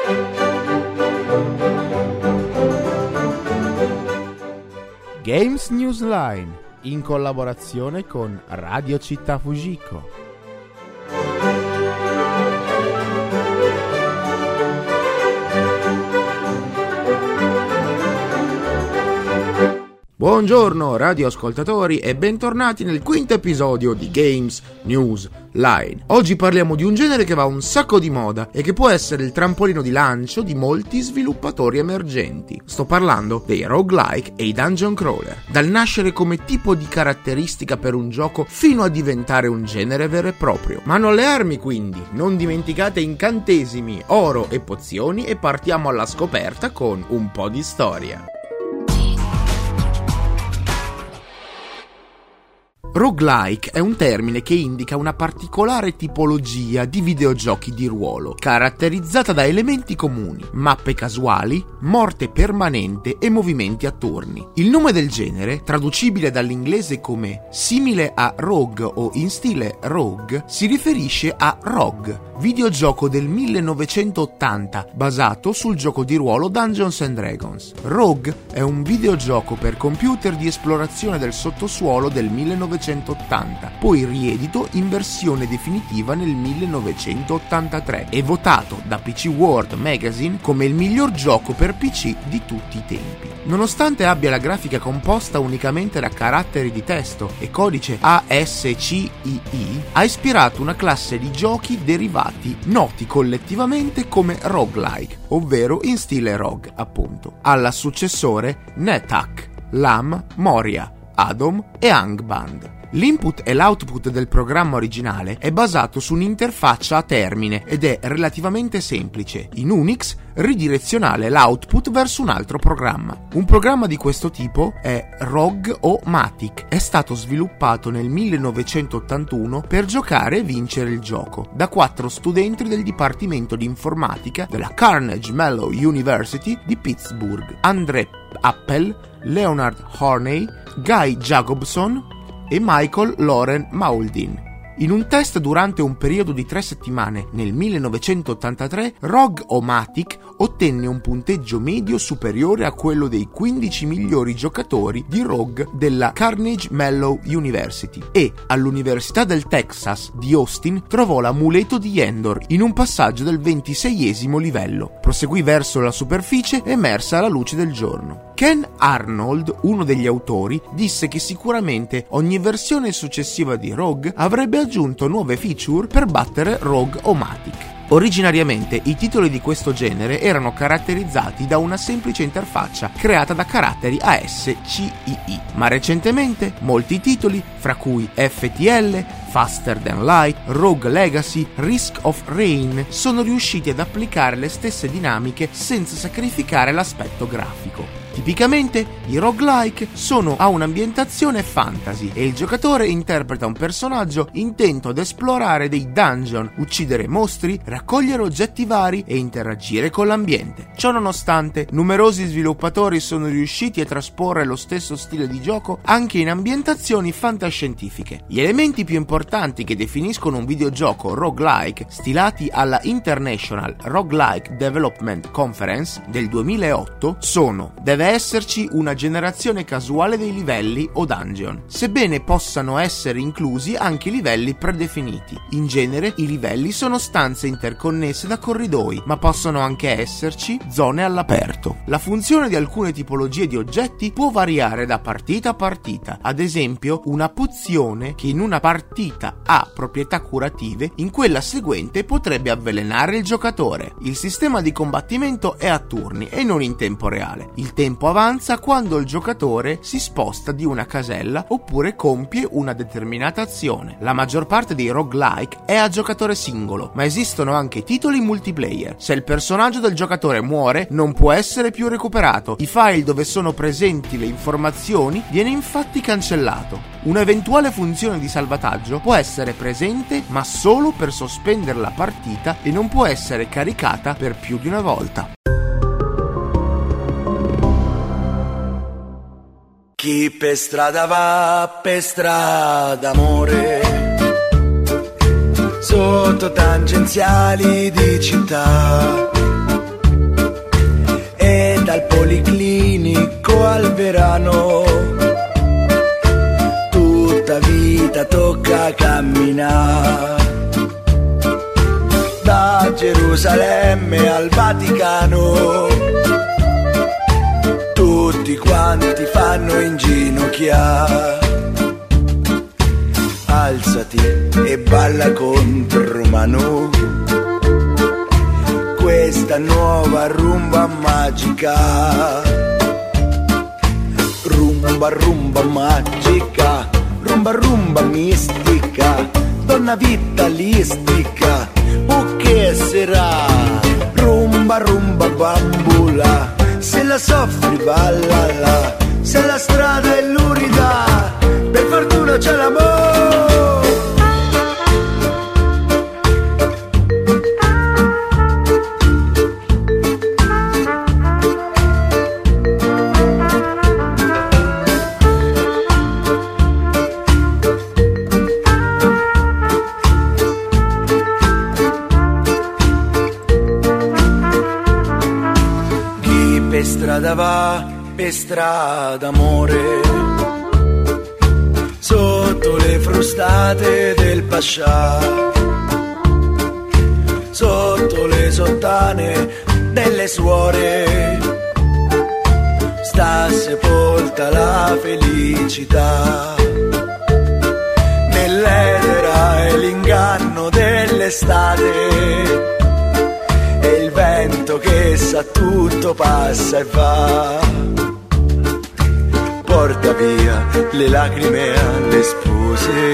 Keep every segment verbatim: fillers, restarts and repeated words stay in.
Games Newsline in collaborazione con Radio Città Fujiko. Buongiorno radioascoltatori e bentornati nel quinto episodio di Games News Line. Oggi parliamo di un genere che va un sacco di moda e che può essere il trampolino di lancio di molti sviluppatori emergenti. Sto parlando dei roguelike e i dungeon crawler. Dal nascere come tipo di caratteristica per un gioco fino a diventare un genere vero e proprio. Mano alle armi quindi, non dimenticate incantesimi, oro e pozioni e partiamo alla scoperta con un po' di storia. Roguelike è un termine che indica una particolare tipologia di videogiochi di ruolo, caratterizzata da elementi comuni, mappe casuali, morte permanente e movimenti a turni. Il nome del genere, traducibile dall'inglese come simile a rogue o in stile rogue, si riferisce a Rogue, videogioco del millenovecentottanta basato sul gioco di ruolo Dungeons and Dragons. Rogue è un videogioco per computer di esplorazione del sottosuolo del millenovecentottanta, poi riedito in versione definitiva nel millenovecentottantatré e votato da P C World Magazine come il miglior gioco per P C di tutti i tempi. Nonostante abbia la grafica composta unicamente da caratteri di testo e codice A S C I I, ha ispirato una classe di giochi derivati noti collettivamente come roguelike, ovvero in stile rogue, appunto, alla successore NetHack, Lam, Moria, Adom e Angband. L'input e l'output del programma originale è basato su un'interfaccia a termine ed è relativamente semplice. In Unix, ridirezionale l'output verso un altro programma. Un programma di questo tipo è Rogue-O-Matic. È stato sviluppato nel millenovecentottantuno per giocare e vincere il gioco da quattro studenti del Dipartimento di Informatica della Carnegie Mellon University di Pittsburgh: André Appel, Leonard Horney, Guy Jacobson e Michael Loren Mauldin. In un test durante un periodo di tre settimane nel millenovecentottantatré, Rogue-O-Matic ottenne un punteggio medio superiore a quello dei quindici migliori giocatori di Rogue della Carnegie Mellon University e all'Università del Texas di Austin trovò l'amuleto di Endor in un passaggio del ventiseiesimo livello. Proseguì verso la superficie emersa alla luce del giorno. Ken Arnold, uno degli autori, disse che sicuramente ogni versione successiva di Rogue avrebbe aggiunto nuove feature per battere Rogue-O-Matic. Originariamente i titoli di questo genere erano caratterizzati da una semplice interfaccia creata da caratteri A S C I I, ma recentemente molti titoli, fra cui F T L, Faster Than Light, Rogue Legacy, Risk of Rain, sono riusciti ad applicare le stesse dinamiche senza sacrificare l'aspetto grafico. Tipicamente i roguelike sono a un'ambientazione fantasy e il giocatore interpreta un personaggio intento ad esplorare dei dungeon, uccidere mostri, raccogliere oggetti vari e interagire con l'ambiente. Ciò nonostante, numerosi sviluppatori sono riusciti a trasporre lo stesso stile di gioco anche in ambientazioni fantascientifiche. Gli elementi più importanti che definiscono un videogioco roguelike, stilati alla International Roguelike Development Conference del duemilaotto, sono: deve esserci una generazione casuale dei livelli o dungeon, sebbene possano essere inclusi anche livelli predefiniti. In genere i livelli sono stanze interconnesse da corridoi, ma possono anche esserci zone all'aperto. La funzione di alcune tipologie di oggetti può variare da partita a partita. Ad esempio, una pozione che in una partita ha proprietà curative, in quella seguente potrebbe avvelenare il giocatore. Il sistema di combattimento è a turni e non in tempo reale. Il tempo avanza quando il giocatore si sposta di una casella oppure compie una determinata azione. La maggior parte dei roguelike è a giocatore singolo, ma esistono anche titoli multiplayer. Se il personaggio del giocatore muore, non può essere più recuperato. I file dove sono presenti le informazioni viene infatti cancellato. Un'eventuale funzione di salvataggio può essere presente, ma solo per sospendere la partita e non può essere caricata per più di una volta. Chi per strada va, per strada amore, sotto tangenziali di città, Gerusalemme al Vaticano. Tutti quanti fanno inginocchiare. Alzati e balla contro mano questa nuova rumba magica. Rumba rumba magica, rumba rumba mistica, donna vitalistica, o che sarà? Rumba rumba bambula, se la soffri ballala, se la strada è lurida, per fortuna c'è l'amore. Per strada va, per strada amore, sotto le frustate del Pascià, sotto le sottane delle suore, sta sepolta la felicità, nell'edera e l'inganno dell'estate. E il vento che sa tutto passa e va, porta via le lacrime alle spose,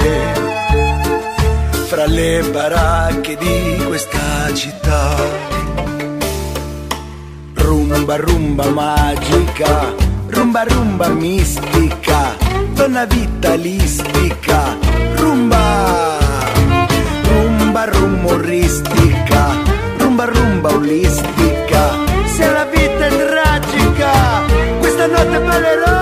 fra le baracche di questa città. Rumba rumba magica, rumba rumba mistica, donna vitalistica, rumba, rumba rumoristica, rumba rumba olistica, se la vita è tragica, questa notte ballerò.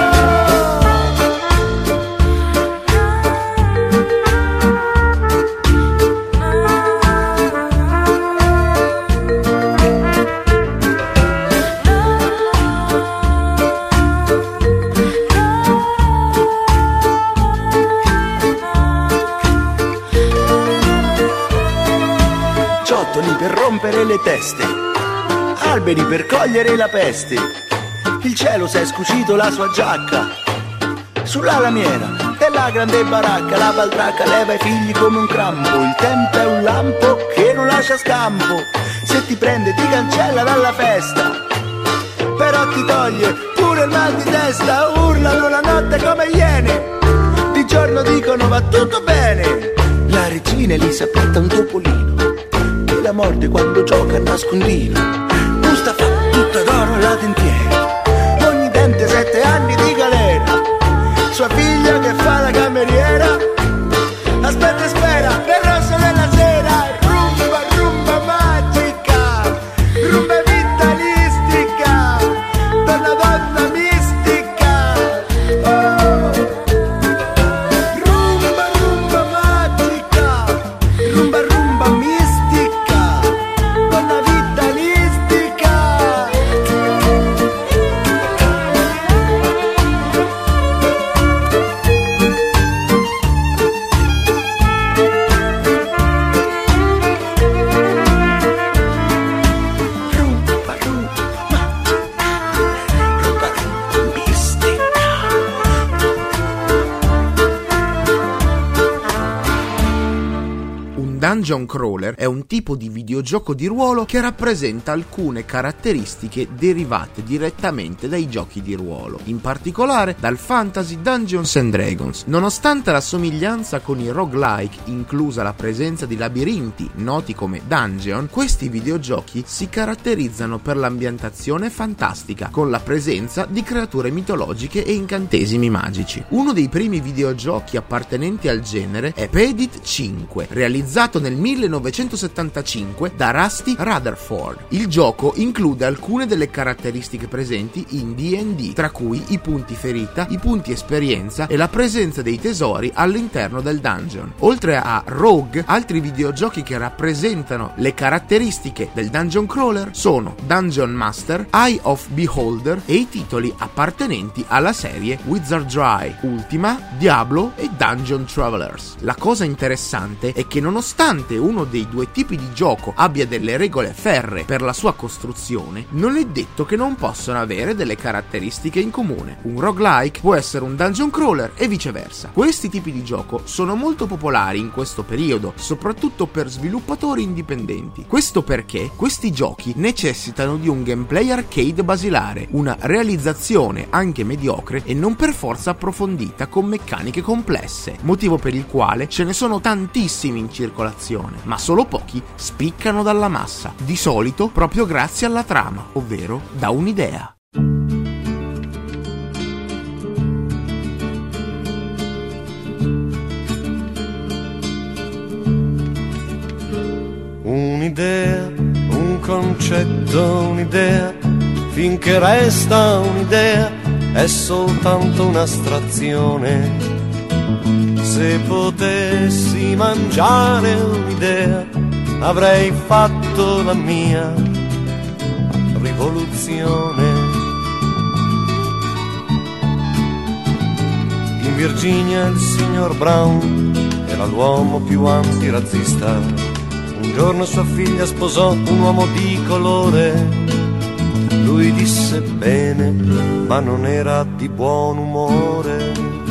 Per rompere le teste, alberi per cogliere la peste, il cielo s'è scucito la sua giacca, sulla lamiera della grande baracca, la baldracca leva i figli come un crampo, il tempo è un lampo che non lascia scampo, se ti prende ti cancella dalla festa, però ti toglie pure il mal di testa, urlano la notte come iene, di giorno dicono va tutto bene, la regina Elisabetta un topolino, la morte quando gioca a nascondino, Mustafa tutta d'oro la dentiera, ogni dente sette anni di galera, sua figlia che fa la cameriera, aspetta e spera nel rosso della sera, rumba rumba magica, rumba vitalistica, donna donna mistica, oh. Rumba rumba magica, rumba rumba mistica, Dungeon Crawler è un tipo di videogioco di ruolo che rappresenta alcune caratteristiche derivate direttamente dai giochi di ruolo, in particolare dal fantasy Dungeons and Dragons. Nonostante la somiglianza con i roguelike, inclusa la presenza di labirinti noti come dungeon, questi videogiochi si caratterizzano per l'ambientazione fantastica, con la presenza di creature mitologiche e incantesimi magici. Uno dei primi videogiochi appartenenti al genere è Pedit cinque, realizzato nel millenovecentosettantacinque da Rusty Rutherford. Il gioco include alcune delle caratteristiche presenti in D and D, tra cui i punti ferita, i punti esperienza e la presenza dei tesori all'interno del dungeon. Oltre a Rogue, altri videogiochi che rappresentano le caratteristiche del Dungeon Crawler sono Dungeon Master, Eye of Beholder e i titoli appartenenti alla serie Wizardry, Ultima, Diablo e Dungeon Travelers. La cosa interessante è che nonostante nonostante uno dei due tipi di gioco abbia delle regole ferree per la sua costruzione, non è detto che non possano avere delle caratteristiche in comune. Un roguelike può essere un dungeon crawler e viceversa. Questi tipi di gioco sono molto popolari in questo periodo, soprattutto per sviluppatori indipendenti. Questo perché questi giochi necessitano di un gameplay arcade basilare, una realizzazione anche mediocre e non per forza approfondita con meccaniche complesse, motivo per il quale ce ne sono tantissimi in circolazione, ma solo pochi spiccano dalla massa, di solito proprio grazie alla trama, ovvero da un'idea. Un'idea, un concetto, un'idea, finché resta un'idea è soltanto un'astrazione. Se potessi mangiare un'idea avrei fatto la mia rivoluzione. In Virginia il signor Brown era l'uomo più antirazzista. Un giorno sua figlia sposò un uomo di colore. Lui disse bene, ma non era di buon umore.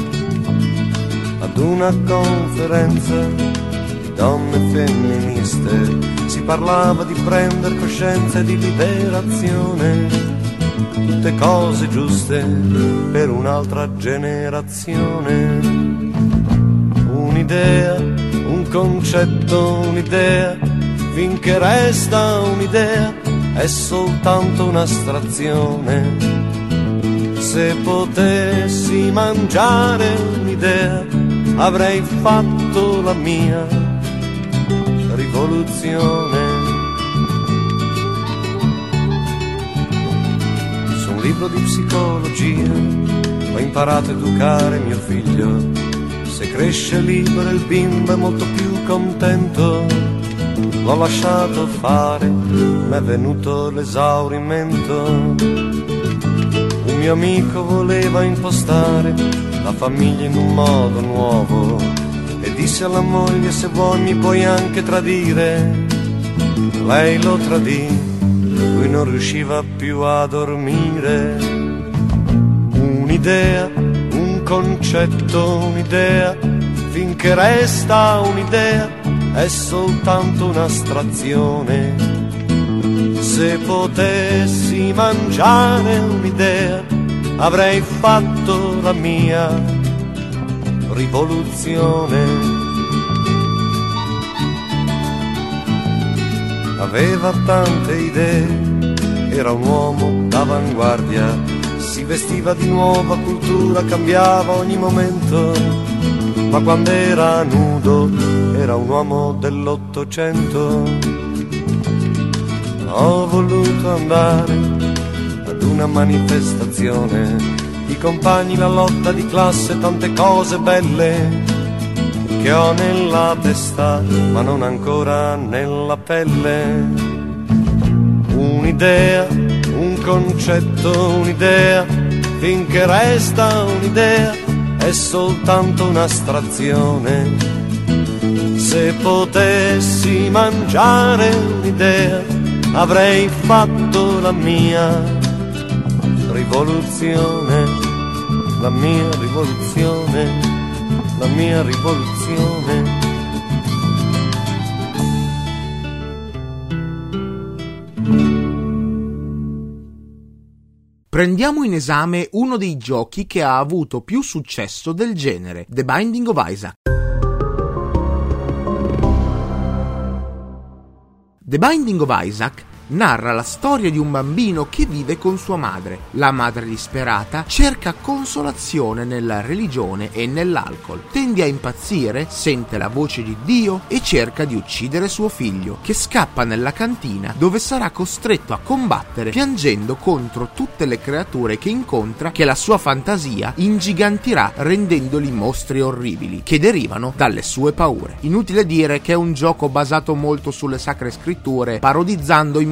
Ad una conferenza di donne femministe si parlava di prendere coscienza e di liberazione. Tutte cose giuste per un'altra generazione. Un'idea, un concetto, un'idea, finché resta un'idea è soltanto un'astrazione. Se potessi mangiare un'idea avrei fatto la mia rivoluzione. Su un libro di psicologia ho imparato a educare mio figlio. Se cresce libero il bimbo è molto più contento. L'ho lasciato fare, m'è venuto l'esaurimento. Un mio amico voleva impostare la famiglia in un modo nuovo e disse alla moglie: se vuoi mi puoi anche tradire. Lei lo tradì, lui non riusciva più a dormire. Un'idea, un concetto, un'idea, finché resta un'idea è soltanto un'astrazione. Se potessi mangiare un'idea avrei fatto la mia rivoluzione. Aveva tante idee, era un uomo d'avanguardia, si vestiva di nuova cultura, cambiava ogni momento, ma quando era nudo era un uomo dell'Ottocento. Ho voluto andare ad una manifestazione, i compagni, la lotta di classe, tante cose belle che ho nella testa ma non ancora nella pelle. Un'idea, un concetto, un'idea, finché resta un'idea è soltanto un'astrazione. Se potessi mangiare un'idea avrei fatto la mia rivoluzione, la mia rivoluzione, la mia rivoluzione. Prendiamo in esame uno dei giochi che ha avuto più successo del genere, The Binding of Isaac. The Binding of Isaac narra la storia di un bambino che vive con sua madre. La madre disperata cerca consolazione nella religione e nell'alcol. Tende a impazzire, sente la voce di Dio e cerca di uccidere suo figlio, che scappa nella cantina dove sarà costretto a combattere piangendo contro tutte le creature che incontra, che la sua fantasia ingigantirà rendendoli mostri orribili che derivano dalle sue paure. Inutile dire che è un gioco basato molto sulle sacre scritture, parodizzando in modo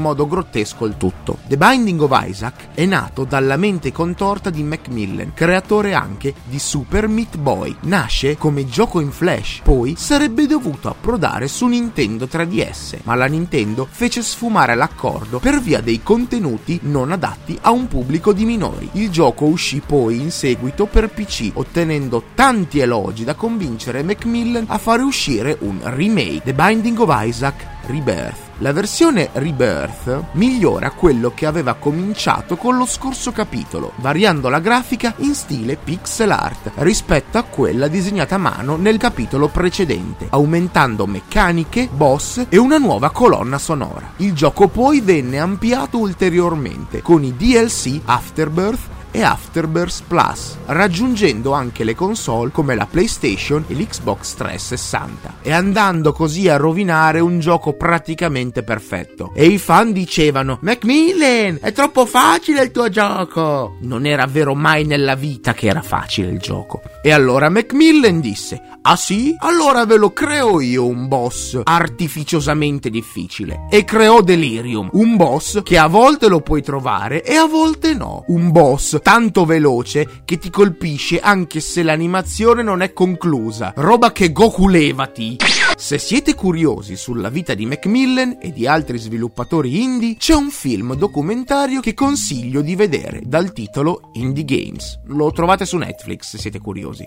modo grottesco il tutto. The Binding of Isaac è nato dalla mente contorta di Macmillan, creatore anche di Super Meat Boy. Nasce come gioco in Flash, poi sarebbe dovuto approdare su Nintendo tre D S, ma la Nintendo fece sfumare l'accordo per via dei contenuti non adatti a un pubblico di minori. Il gioco uscì poi in seguito per P C, ottenendo tanti elogi da convincere Macmillan a fare uscire un remake, The Binding of Isaac Rebirth. La versione Rebirth migliora quello che aveva cominciato con lo scorso capitolo, variando la grafica in stile pixel art rispetto a quella disegnata a mano nel capitolo precedente, aumentando meccaniche, boss e una nuova colonna sonora. Il gioco poi venne ampliato ulteriormente con i D L C Afterbirth e Afterbirth Plus, raggiungendo anche le console come la PlayStation e l'Xbox trecentosessanta, e andando così a rovinare un gioco praticamente perfetto. E i fan dicevano: Macmillan, è troppo facile il tuo gioco! Non era vero mai nella vita che era facile il gioco. E allora Macmillan disse: ah sì? Allora ve lo creo io un boss artificiosamente difficile. E creò Delirium, un boss che a volte lo puoi trovare e a volte no. Un boss tanto veloce che ti colpisce anche se l'animazione non è conclusa. Roba che Goku levati. Se siete curiosi sulla vita di Macmillan e di altri sviluppatori indie, c'è un film documentario che consiglio di vedere dal titolo Indie Games. Lo trovate su Netflix se siete curiosi.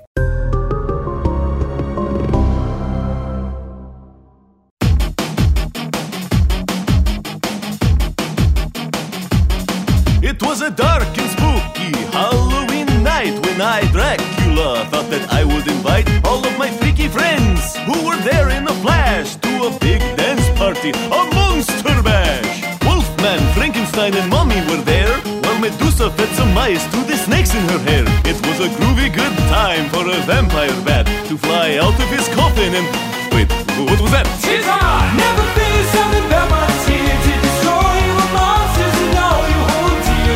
It was a dark and spooky Halloween night when I, Dracula, thought that I would invite all of my freaky friends who were there in a flash to a big dance party, a monster bash. Wolfman, Frankenstein and Mummy were there, while Medusa fed some mice to the snakes in her hair. It was a groovy good time for a vampire bat to fly out of his coffin and... Wait, what was that? Tis I! Never fear something about my tear to destroy your monsters and all you hold dear.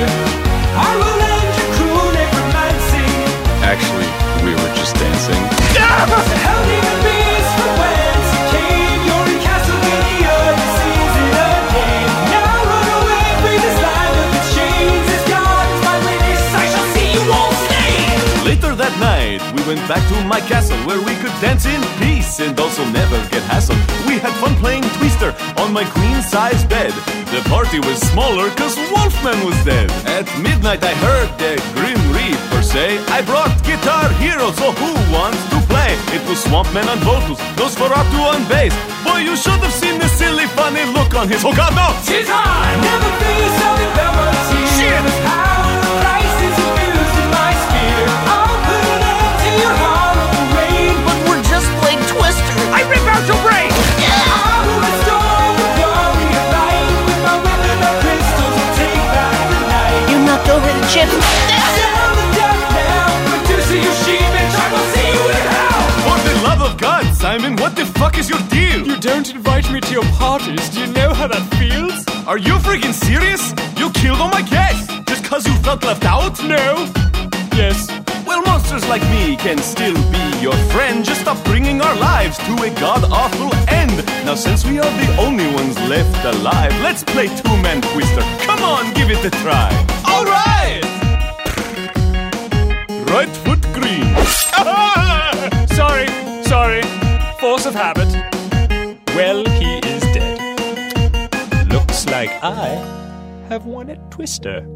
I will end your cruel necromancy. Actually, we were just dancing. The hell demon beast from whence it came. You're in Castlevania, this season again. Now run away, free this land of its chains. As God is my witness, I shall see you all slain. Later that night, we went back to my castle where we could dance in peace and also never get hassled. We had fun playing Twister on my queen-size bed. The party was smaller cause Wolfman was dead. At midnight I heard the Grim Reaper say, I brought Guitar Hero, so who wants to play? It was Swampman on vocals, Nosferatu on bass. Boy, you should have seen the silly funny look on his... Oh God, no! Tis I! Never fear something about my tear. Shit! This power of Christ is infused in my spear. I'll put an end to your horrible reign. But we're just playing Twister. I rip out your brain! I will restore the glory of light. With my weapon of crystals, I'll take back the night. You knocked over the chip. Down the death now. Medusa, you she-bitch, I will see you in hell. For the love of God, Simon, what the fuck is your deal? You don't invite me to your parties. Do you know how that feels? Are you freaking serious? You killed all my guests just cause you felt left out? No. Yes. Well, monsters like me can still be your friend. Just stop bringing our lives to a god-awful end. Now, since we are the only ones left alive, let's play two-man Twister. Come on, give it a try. All right! Right foot green. Sorry, sorry. Force of habit. Well, he is dead. Looks like I have won at Twister.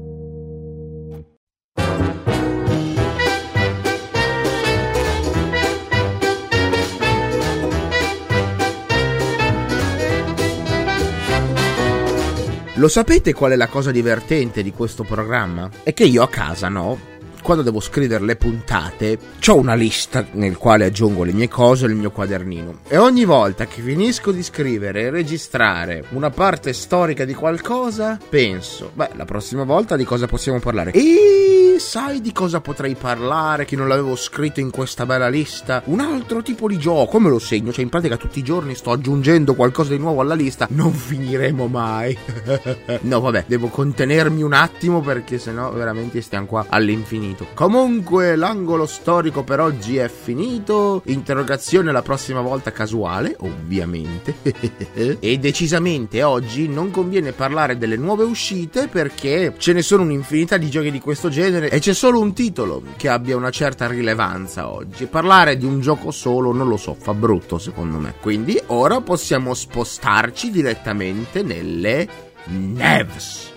Lo sapete qual è la cosa divertente di questo programma? È che io a casa, no? Quando devo scrivere le puntate, c'ho una lista nel quale aggiungo le mie cose nel mio quadernino. E ogni volta che finisco di scrivere e registrare una parte storica di qualcosa, penso, beh, la prossima volta di cosa possiamo parlare? E E sai di cosa potrei parlare che non l'avevo scritto in questa bella lista? Un altro tipo di gioco, me lo segno, cioè in pratica tutti i giorni sto aggiungendo qualcosa di nuovo alla lista, non finiremo mai. No vabbè, devo contenermi un attimo perché sennò veramente stiamo qua all'infinito. Comunque l'angolo storico per oggi è finito, interrogazione la prossima volta casuale, ovviamente. E decisamente oggi non conviene parlare delle nuove uscite perché ce ne sono un'infinità di giochi di questo genere e c'è solo un titolo che abbia una certa rilevanza oggi. Parlare di un gioco solo non lo so, fa brutto secondo me. Quindi ora possiamo spostarci direttamente nelle news.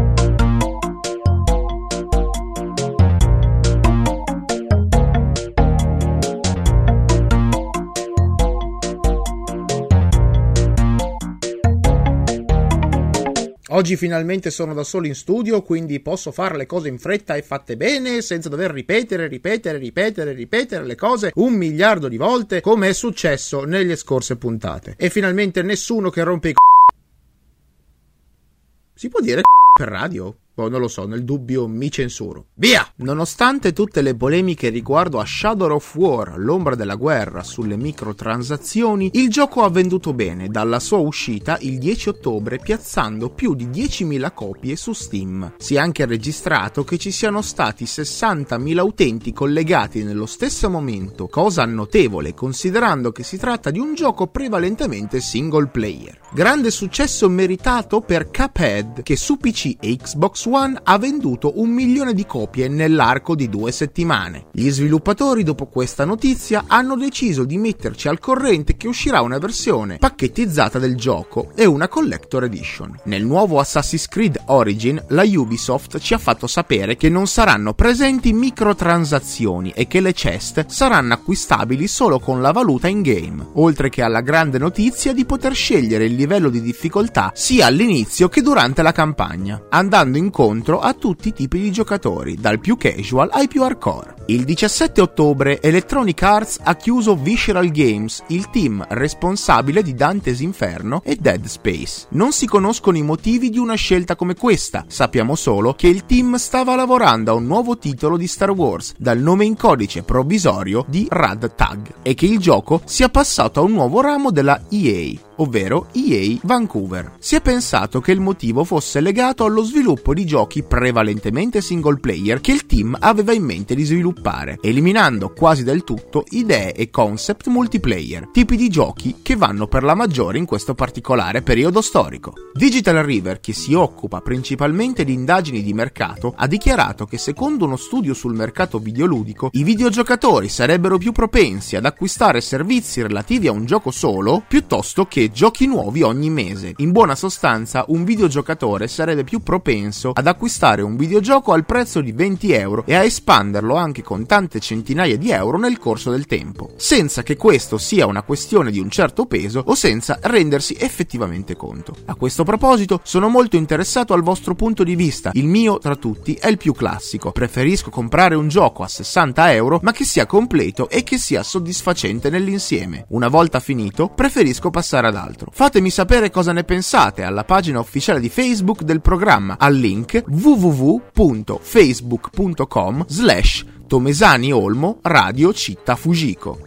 Oggi finalmente sono da solo in studio, quindi posso fare le cose in fretta e fatte bene, senza dover ripetere, ripetere, ripetere, ripetere le cose un miliardo di volte, come è successo nelle scorse puntate. E finalmente nessuno che rompe i c***o. Si può dire c***o per radio? Oh, non lo so, nel dubbio mi censuro. Via! Nonostante tutte le polemiche riguardo a Shadow of War, l'ombra della guerra sulle microtransazioni, il gioco ha venduto bene dalla sua uscita il dieci ottobre, piazzando più di diecimila copie su Steam. Si è anche registrato che ci siano stati sessantamila utenti collegati nello stesso momento, cosa notevole considerando che si tratta di un gioco prevalentemente single player. Grande successo meritato per Cuphead, che su P C e Xbox One ha venduto un milione di copie nell'arco di due settimane. Gli sviluppatori dopo questa notizia hanno deciso di metterci al corrente che uscirà una versione pacchettizzata del gioco e una Collector Edition. Nel nuovo Assassin's Creed Origin la Ubisoft ci ha fatto sapere che non saranno presenti microtransazioni e che le chest saranno acquistabili solo con la valuta in game, oltre che alla grande notizia di poter scegliere il livello di difficoltà sia all'inizio che durante la campagna, andando incontro a tutti i tipi di giocatori, dal più casual ai più hardcore. Il diciassette ottobre Electronic Arts ha chiuso Visceral Games, il team responsabile di Dante's Inferno e Dead Space. Non si conoscono i motivi di una scelta come questa, sappiamo solo che il team stava lavorando a un nuovo titolo di Star Wars dal nome in codice provvisorio di Rad Tag e che il gioco sia passato a un nuovo ramo della E A, ovvero E A Vancouver. Si è pensato che il motivo fosse legato allo sviluppo di giochi prevalentemente single player che il team aveva in mente di sviluppare, eliminando quasi del tutto idee e concept multiplayer, tipi di giochi che vanno per la maggiore in questo particolare periodo storico. Digital River, che si occupa principalmente di indagini di mercato, ha dichiarato che secondo uno studio sul mercato videoludico, i videogiocatori sarebbero più propensi ad acquistare servizi relativi a un gioco solo piuttosto che giochi nuovi ogni mese. In buona sostanza, un videogiocatore sarebbe più propenso ad acquistare un videogioco al prezzo di venti euro e a espanderlo anche con tante centinaia di euro nel corso del tempo, senza che questo sia una questione di un certo peso o senza rendersi effettivamente conto. A questo proposito, sono molto interessato al vostro punto di vista. Il mio, tra tutti, è il più classico. Preferisco comprare un gioco a sessanta euro, ma che sia completo e che sia soddisfacente nell'insieme. Una volta finito, preferisco passare ad altro. Fatemi sapere cosa ne pensate alla pagina ufficiale di Facebook del programma al link w w w punto facebook punto com slash Tomesani Olmo Radio Città Fujiko.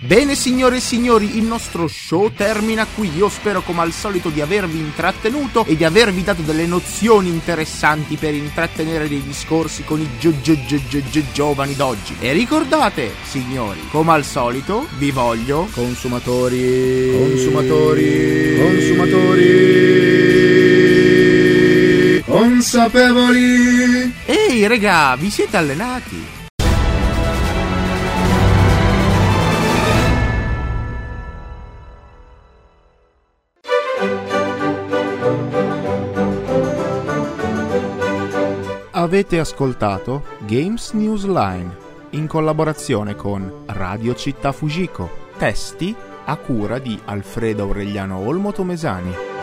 Bene signore e signori, il nostro show termina qui. Io spero come al solito di avervi intrattenuto e di avervi dato delle nozioni interessanti per intrattenere dei discorsi con i gio- gio- gio- gio- gio- giovani d'oggi. E ricordate signori, come al solito vi voglio consumatori, consumatori, consumatori consapevoli. Ehi regà, vi siete allenati? Avete ascoltato Games News Line in collaborazione con Radio Città Fujiko. Testi a cura di Alfredo Aureliano Olmo Tomesani.